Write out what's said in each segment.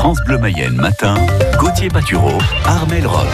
France Bleu Mayenne matin, Gauthier Patureau, Armel Rock.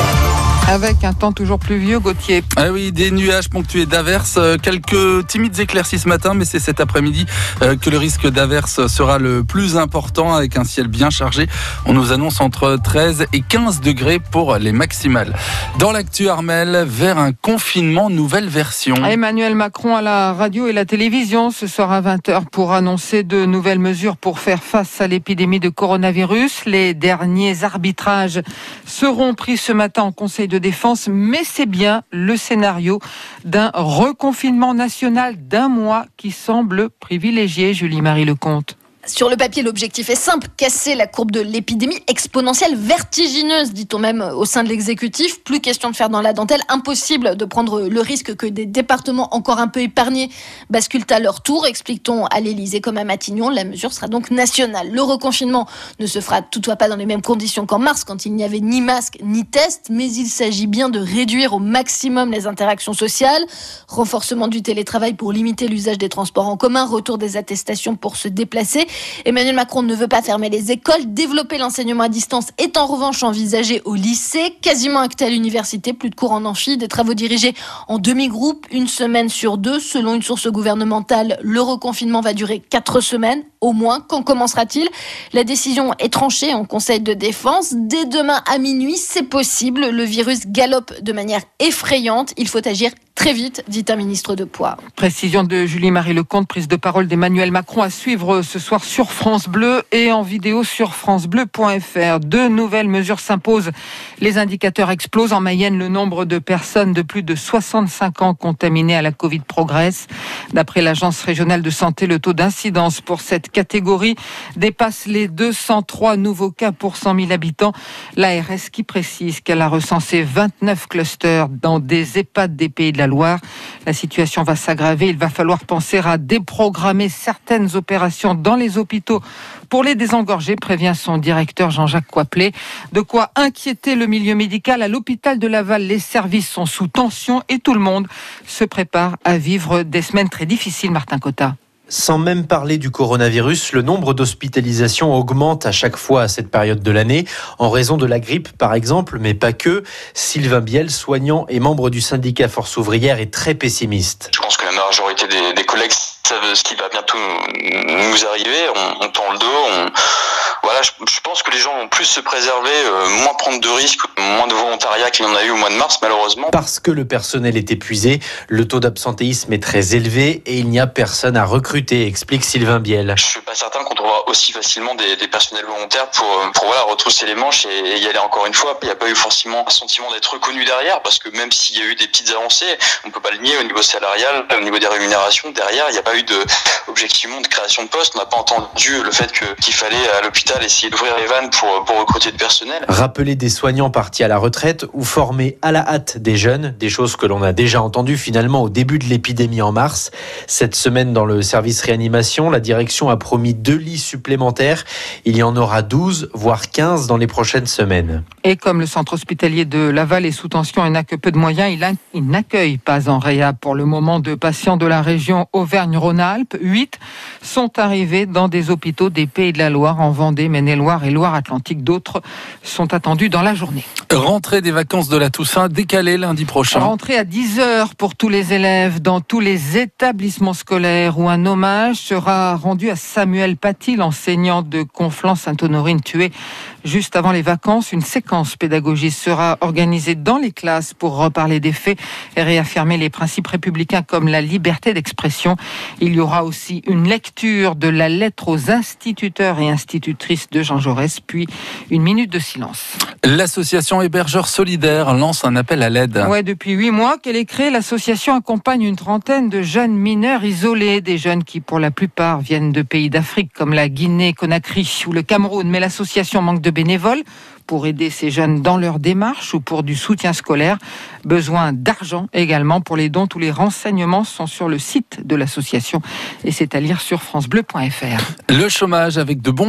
Avec un temps toujours pluvieux, Gauthier. Ah oui, des nuages ponctués d'averses, quelques timides éclaircies ce matin, mais c'est cet après-midi que le risque d'averses sera le plus important, avec un ciel bien chargé. On nous annonce entre 13 et 15 degrés pour les maximales. Dans l'actu, Armel, vers un confinement nouvelle version. Emmanuel Macron à la radio et la télévision ce soir à 20h pour annoncer de nouvelles mesures pour faire face à l'épidémie de coronavirus. Les derniers arbitrages seront pris ce matin en Conseil de défense, mais c'est bien le scénario d'un reconfinement national d'1 mois qui semble privilégié, Julie-Marie Lecomte. Sur le papier, l'objectif est simple, casser la courbe de l'épidémie exponentielle, vertigineuse, dit-on même au sein de l'exécutif. Plus question de faire dans la dentelle, impossible de prendre le risque que des départements encore un peu épargnés basculent à leur tour, explique-t-on à l'Élysée comme à Matignon. La mesure sera donc nationale. Le reconfinement ne se fera toutefois pas dans les mêmes conditions qu'en mars, quand il n'y avait ni masque ni test, mais il s'agit bien de réduire au maximum les interactions sociales, renforcement du télétravail pour limiter l'usage des transports en commun, retour des attestations pour se déplacer. Emmanuel Macron ne veut pas fermer les écoles. Développer l'enseignement à distance est en revanche envisagé au lycée. Quasiment acté à l'université, plus de cours en amphi, des travaux dirigés en demi-groupe, 1 semaine sur 2. Selon une source gouvernementale, le reconfinement va durer 4 semaines au moins. Quand commencera-t-il ? La décision est tranchée en Conseil de défense. Dès demain à minuit, c'est possible. Le virus galope de manière effrayante. Il faut agir très vite, dit un ministre de poids. Précision de Julie-Marie Lecomte, prise de parole d'Emmanuel Macron à suivre ce soir sur France Bleu et en vidéo sur francebleu.fr. 2 nouvelles mesures s'imposent. Les indicateurs explosent. En Mayenne, le nombre de personnes de plus de 65 ans contaminées à la Covid progresse. D'après l'Agence régionale de santé, le taux d'incidence pour cette catégorie dépasse les 203 nouveaux cas pour 100 000 habitants. L'ARS qui précise qu'elle a recensé 29 clusters dans des EHPAD des Pays de la Loire. La situation va s'aggraver. Il va falloir penser à déprogrammer certaines opérations dans les hôpitaux pour les désengorger, prévient son directeur Jean-Jacques Coiplet. De quoi inquiéter le milieu médical. À l'hôpital de Laval, les services sont sous tension et tout le monde se prépare à vivre des semaines très difficiles, Martin Cotta. Sans même parler du coronavirus, le nombre d'hospitalisations augmente à chaque fois à cette période de l'année, en raison de la grippe par exemple, mais pas que. Sylvain Biel, soignant et membre du syndicat Force Ouvrière, est très pessimiste. Je pense que la majorité des collègues savent ce qui va bientôt nous arriver. On tend le dos. Voilà, je pense que les gens vont plus se préserver, moins prendre de risques, moins de volontariat qu'il y en a eu au mois de mars, malheureusement. Parce que le personnel est épuisé, le taux d'absentéisme est très élevé et il n'y a personne à recruter, explique Sylvain Biel. Je suis pas certain qu'on trouvera aussi facilement des personnels volontaires pour retrousser les manches et y aller encore une fois. Il n'y a pas eu forcément un sentiment d'être reconnu derrière, parce que même s'il y a eu des petites avancées, on peut pas le nier au niveau salarial, au niveau des rémunérations, derrière, il n'y a pas eu objectivement de création de postes. On n'a pas entendu le fait qu'il fallait à l'hôpital essayer d'ouvrir les vannes pour recruter de personnel. Rappeler des soignants partis à la retraite ou former à la hâte des jeunes, des choses que l'on a déjà entendues finalement au début de l'épidémie en mars. Cette semaine, dans le service réanimation, la direction a promis 2 lits supplémentaires. Il y en aura 12, voire 15 dans les prochaines semaines. Et comme le centre hospitalier de Laval est sous tension et n'a que peu de moyens, il n'accueille pas en réa pour le moment de patients de la région Auvergne-Rhône-Alpes. 8 sont arrivés dans des hôpitaux des Pays de la Loire, en Vendée, Maine-et-Loire et Loire-Atlantique. D'autres sont attendus dans la journée. Rentrée des vacances de la Toussaint décalée lundi prochain. Rentrée à 10h pour tous les élèves dans tous les établissements scolaires, où un hommage sera rendu à Samuel Paty, l'enseignant de Conflans-Sainte-Honorine tué juste avant les vacances. Une séquence pédagogique sera organisée dans les classes pour reparler des faits et réaffirmer les principes républicains comme la liberté d'expression. Il y aura aussi une lecture de la lettre aux instituteurs et institutrices de Jean Jaurès, puis une minute de silence. L'association Hébergeurs Solidaires lance un appel à l'aide. Ouais, depuis 8 mois qu'elle est créée, l'association accompagne une trentaine de jeunes mineurs isolés, des jeunes qui pour la plupart viennent de pays d'Afrique comme la Guinée-Conakry ou le Cameroun. Mais l'association manque de bénévoles pour aider ces jeunes dans leur démarche ou pour du soutien scolaire. Besoin d'argent également pour les dons. Tous les renseignements sont sur le site de l'association et c'est à lire sur francebleu.fr. Le chômage avec de bons chiffres pour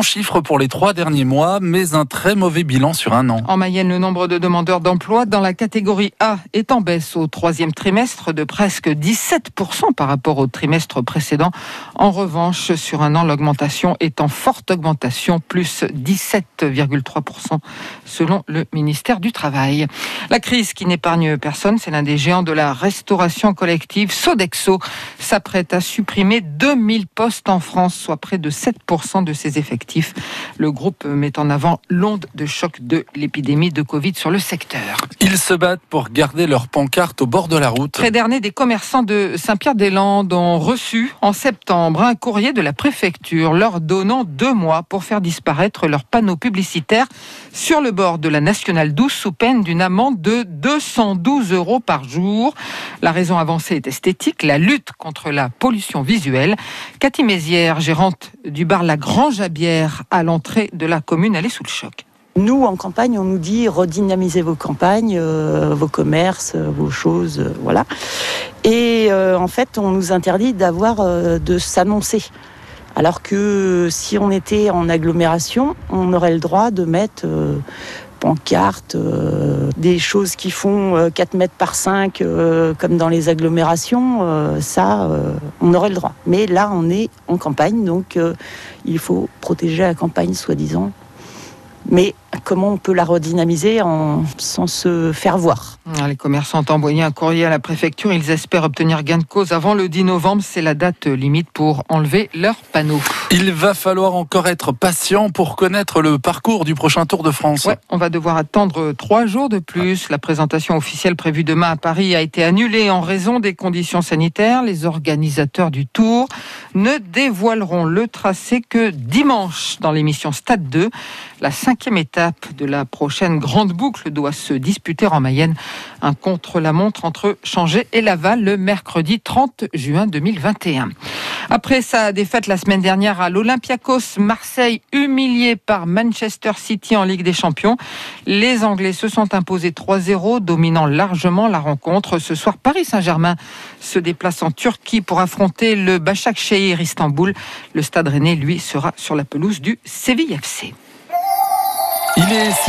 pour les 3 derniers mois, mais un très mauvais bilan sur un an. En Mayenne, le nombre de demandeurs d'emploi dans la catégorie A est en baisse au 3e trimestre de presque 17% par rapport au trimestre précédent. En revanche, sur un an, l'augmentation est en forte augmentation, plus 17,3% selon le ministère du Travail. La crise qui n'épargne personne, c'est l'un des géants de la restauration collective. Sodexo s'apprête à supprimer 2000 postes en France, soit près de 7% de ses effectifs. Le groupe met en avant l'onde de choc de l'épidémie de Covid sur le secteur. Ils se battent pour garder leurs pancartes au bord de la route. Près d'Ernée, des commerçants de Saint-Pierre-des-Landes ont reçu en septembre un courrier de la préfecture leur donnant 2 mois pour faire disparaître leurs panneaux publicitaires sur le bord de la Nationale 12 sous peine d'une amende de 212 € par jour. La raison avancée est esthétique, la lutte contre la pollution visuelle. Cathy Mézières, gérante du bar La Grange à Bière à l'entrée de la commune, elle est sous le choc. Nous, en campagne, on nous dit redynamisez vos campagnes, vos commerces, vos choses, voilà. Et en fait, on nous interdit de s'annoncer. Alors que si on était en agglomération, on aurait le droit de mettre pancartes, des choses qui font 4 mètres par 5, comme dans les agglomérations, on aurait le droit. Mais là, on est en campagne, donc il faut protéger la campagne, soi-disant. Mais comment on peut la redynamiser sans se faire voir ? Les commerçants ont envoyé un courrier à la préfecture. Ils espèrent obtenir gain de cause avant le 10 novembre. C'est la date limite pour enlever leurs panneaux. Il va falloir encore être patient pour connaître le parcours du prochain Tour de France. Ouais, on va devoir attendre 3 jours de plus. La présentation officielle prévue demain à Paris a été annulée en raison des conditions sanitaires. Les organisateurs du Tour ne dévoileront le tracé que dimanche dans l'émission Stade 2. La 5e étape de la prochaine grande boucle doit se disputer en Mayenne. Un contre-la-montre entre Changé et Laval le mercredi 30 juin 2021. Après sa défaite la semaine dernière à l'Olympiakos, Marseille humilié par Manchester City en Ligue des Champions. Les Anglais se sont imposés 3-0, dominant largement la rencontre. Ce soir, Paris Saint-Germain se déplace en Turquie pour affronter le Başakşehir Istanbul. Le Stade Rennais, lui, sera sur la pelouse du Séville FC. Il est